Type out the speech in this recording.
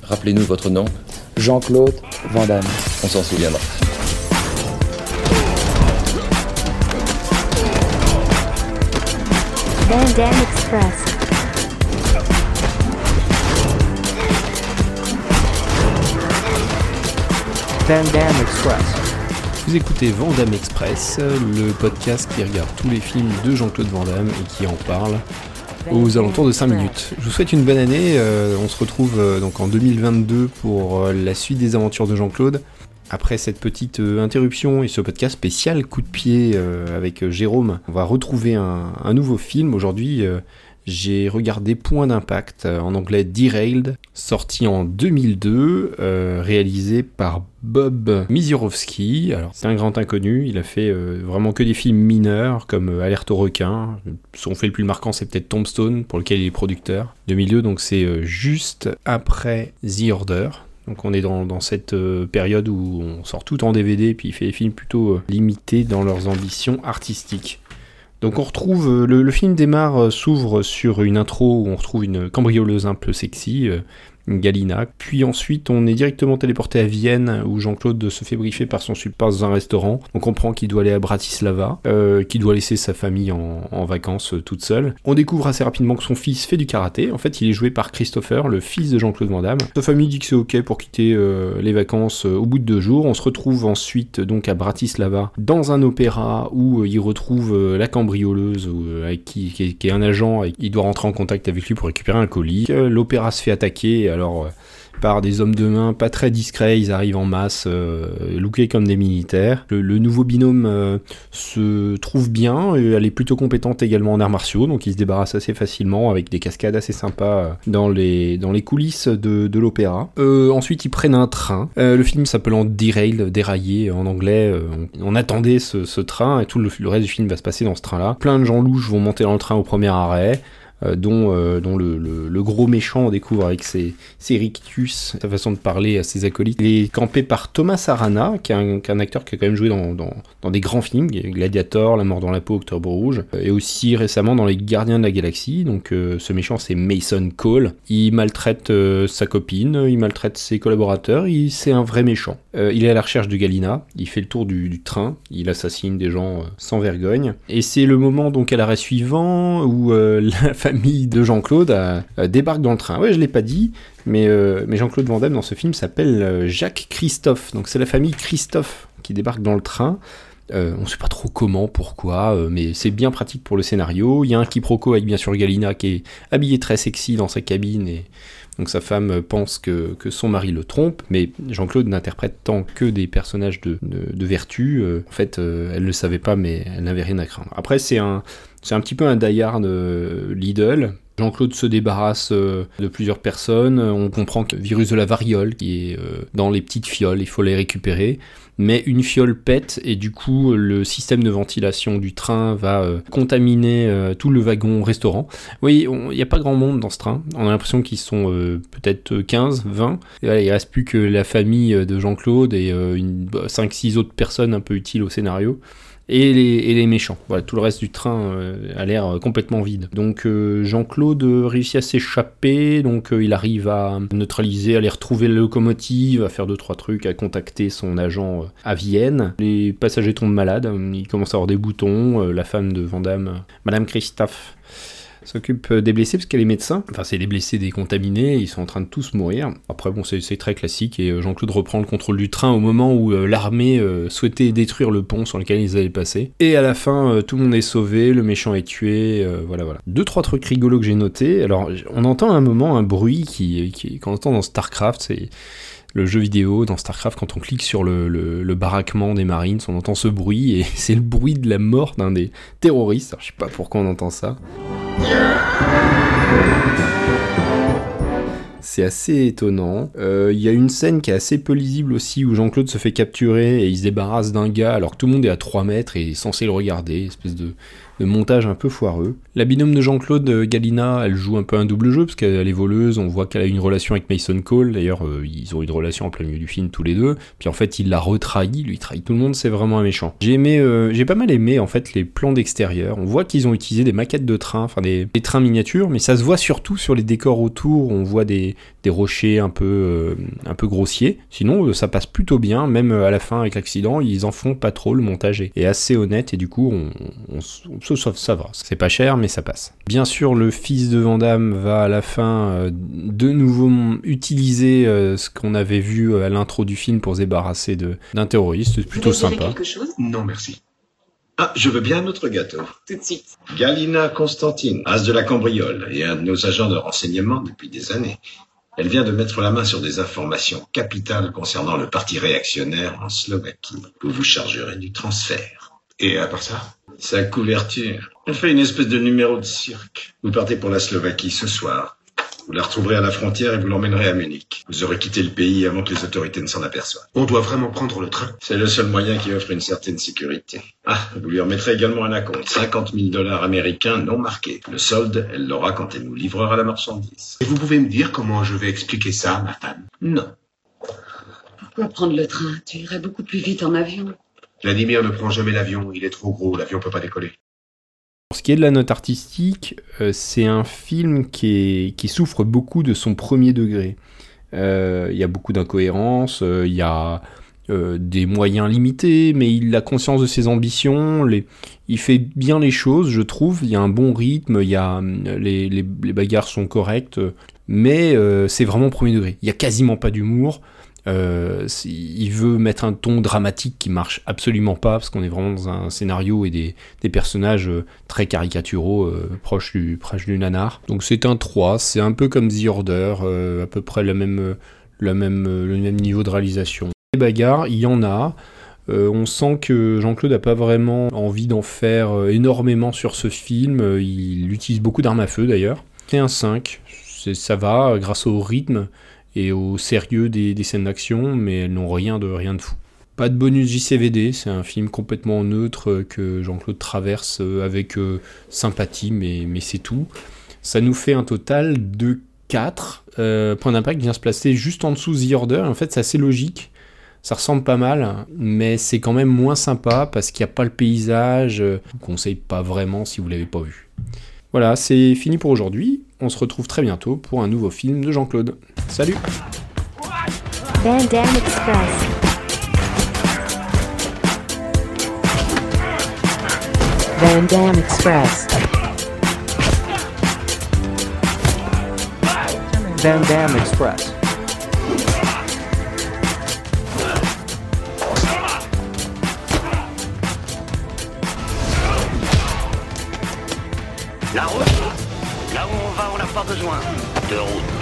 Rappelez-nous votre nom. Jean-Claude Van Damme. On s'en souviendra. Van Damme Express. Van Damme Express. Vous écoutez Van Damme Express, le podcast qui regarde tous les films de Jean-Claude Van Damme et qui en parle aux alentours de 5 minutes. Je vous souhaite une bonne année, on se retrouve donc en 2022 pour la suite des aventures de Jean-Claude. Après cette petite interruption et ce podcast spécial coup de pied avec Jérôme, on va retrouver un nouveau film. Aujourd'hui, j'ai regardé Point d'impact, en anglais Derailed, sorti en 2002, réalisé par Bob Misiorowski. Alors, c'est un grand inconnu, il a fait vraiment que des films mineurs, comme Alerte au requin. Son fait le plus marquant, c'est peut-être Tombstone, pour lequel il est producteur. 2002, donc c'est juste après The Order. Donc on est dans cette période où on sort tout en DVD, puis il fait des films plutôt limités dans leurs ambitions artistiques. Donc on retrouve, le film s'ouvre sur une intro où on retrouve une cambrioleuse un peu sexy, Galina. Puis ensuite on est directement téléporté à Vienne où Jean-Claude se fait briefer par son support dans un restaurant. On comprend qu'il doit aller à Bratislava, qu'il doit laisser sa famille en vacances toute seule. On découvre assez rapidement que son fils fait du karaté. En fait il est joué par Christopher, le fils de Jean-Claude Van Damme. Sa famille dit que c'est ok pour quitter les vacances au bout de 2 jours. On se retrouve ensuite donc à Bratislava dans un opéra où il retrouve la cambrioleuse avec qui est un agent et il doit rentrer en contact avec lui pour récupérer un colis. L'opéra se fait attaquer alors par des hommes de main pas très discrets, ils arrivent en masse, lookés comme des militaires. Le nouveau binôme se trouve bien, elle est plutôt compétente également en arts martiaux, donc il se débarrasse assez facilement avec des cascades assez sympas dans les coulisses de l'opéra. Ensuite ils prennent un train, le film s'appelant Derailed, déraillé en anglais, on attendait ce train et tout le reste du film va se passer dans ce train-là. Plein de gens louches vont monter dans le train au premier arrêt. Dont le gros méchant on découvre avec ses rictus, sa façon de parler à ses acolytes. Il est campé par Thomas Arana, qui est un acteur qui a quand même joué dans des grands films, Gladiator, La mort dans la peau, Octobre rouge, et aussi récemment dans Les Gardiens de la Galaxie. Donc ce méchant c'est Mason Cole. Il maltraite sa copine, il maltraite ses collaborateurs, c'est un vrai méchant. Il est à la recherche de Galina, il fait le tour du train, il assassine des gens sans vergogne, et c'est le moment donc à l'arrêt suivant où la famille de Jean-Claude débarque dans le train. Ouais, je l'ai pas dit, mais Jean-Claude Van Damme dans ce film s'appelle Jacques Christophe. Donc c'est la famille Christophe qui débarque dans le train. On sait pas trop comment, pourquoi, mais c'est bien pratique pour le scénario. Il y a un quiproquo avec bien sûr Galina qui est habillée très sexy dans sa cabine et donc sa femme pense que son mari le trompe, mais Jean-Claude n'interprète tant que des personnages de vertu. En fait, elle le savait pas, mais elle n'avait rien à craindre. Après, c'est un petit peu un die-hard Lidl. Jean-Claude se débarrasse de plusieurs personnes. On comprend que le virus de la variole qui est dans les petites fioles, il faut les récupérer. Mais une fiole pète et du coup le système de ventilation du train va contaminer tout le wagon restaurant. Oui, il n'y a pas grand monde dans ce train. On a l'impression qu'ils sont peut-être 15, 20. Et voilà, il ne reste plus que la famille de Jean-Claude et 5-6 autres personnes un peu utiles au scénario. Et les méchants. Voilà, tout le reste du train a l'air complètement vide. Donc Jean-Claude réussit à s'échapper, donc il arrive à neutraliser, à aller retrouver la locomotive, à faire 2-3 trucs, à contacter son agent à Vienne. Les passagers tombent malades, ils commencent à avoir des boutons, la femme de Van Damme, Madame Christophe, s'occupe des blessés parce qu'elle est médecin. Enfin, c'est des blessés décontaminés, ils sont en train de tous mourir. Après, bon, c'est très classique et Jean-Claude reprend le contrôle du train au moment où l'armée souhaitait détruire le pont sur lequel ils allaient passer. Et à la fin, tout le monde est sauvé, le méchant est tué, voilà. 2-3 trucs rigolos que j'ai notés. Alors, on entend à un moment un bruit qu'on entend dans StarCraft, c'est le jeu vidéo dans StarCraft, quand on clique sur le baraquement des Marines, on entend ce bruit, et c'est le bruit de la mort d'un des terroristes. Alors, je sais pas pourquoi on entend ça. C'est assez étonnant. Il y a une scène qui est assez peu lisible aussi, où Jean-Claude se fait capturer et il se débarrasse d'un gars alors que tout le monde est à 3 mètres et est censé le regarder, espèce de montage un peu foireux. La binôme de Jean-Claude, Galina, elle joue un peu un double jeu, parce qu'elle est voleuse, on voit qu'elle a une relation avec Mason Cole, d'ailleurs ils ont une relation en plein milieu du film tous les deux, puis en fait il la retrahit, lui il trahit tout le monde, c'est vraiment un méchant. J'ai pas mal aimé en fait les plans d'extérieur, on voit qu'ils ont utilisé des maquettes de trains, enfin des trains miniatures, mais ça se voit surtout sur les décors autour, on voit des rochers un peu grossiers, sinon ça passe plutôt bien, même à la fin avec l'accident, ils en font pas trop, le montage est assez honnête, et du coup ça va, c'est pas cher mais ça passe. Bien sûr le fils de Van Damme va à la fin de nouveau utiliser ce qu'on avait vu à l'intro du film pour se débarrasser d'un terroriste, c'est plutôt sympa. Quelque chose ? Non, merci. Ah, je veux bien un autre gâteau. Tout de suite. Galina Constantine, as de la cambriole et un de nos agents de renseignement depuis des années. Elle vient de mettre la main sur des informations capitales concernant le parti réactionnaire en Slovaquie. Vous vous chargerez du transfert. Et à part ça ? Sa couverture. Elle fait une espèce de numéro de cirque. Vous partez pour la Slovaquie ce soir. Vous la retrouverez à la frontière et vous l'emmènerez à Munich. Vous aurez quitté le pays avant que les autorités ne s'en aperçoivent. On doit vraiment prendre le train. C'est le seul moyen qui offre une certaine sécurité. Ah, vous lui remettrez également un acompte. 50 000 $ américains non marqués. Le solde, elle l'aura quand elle nous livrera la marchandise. Et vous pouvez me dire comment je vais expliquer ça à ma femme ? Non. Pourquoi prendre le train ? Tu irais beaucoup plus vite en avion. Vladimir ne prend jamais l'avion. Il est trop gros. L'avion peut pas décoller. Pour ce qui est de la note artistique, c'est un film qui souffre beaucoup de son premier degré. Il y a beaucoup d'incohérences, il y a des moyens limités, mais il a conscience de ses ambitions, il fait bien les choses, je trouve, il y a un bon rythme, les bagarres sont correctes, mais c'est vraiment premier degré. Il n'y a quasiment pas d'humour. Il veut mettre un ton dramatique qui marche absolument pas, parce qu'on est vraiment dans un scénario et des personnages très caricaturaux, proches du nanar. Donc c'est un 3, c'est un peu comme The Order, à peu près le même niveau de réalisation. Les bagarres, il y en a. On sent que Jean-Claude n'a pas vraiment envie d'en faire énormément sur ce film. Il utilise beaucoup d'armes à feu d'ailleurs. C'est un 5, ça va grâce au rythme et au sérieux des scènes d'action, mais elles n'ont rien de fou. Pas de bonus JCVD, c'est un film complètement neutre que Jean-Claude traverse avec sympathie, mais c'est tout. Ça nous fait un total de 4. Point d'impact vient se placer juste en dessous The Order, en fait c'est assez logique, ça ressemble pas mal, mais c'est quand même moins sympa parce qu'il n'y a pas le paysage, je vous conseille pas vraiment si vous l'avez pas vu. Voilà, c'est fini pour aujourd'hui. On se retrouve très bientôt pour un nouveau film de Jean-Claude. Salut! Van Damme Express. Van Damme Express. Van Damme Express. La route. Là où on va, on n'a pas besoin de route.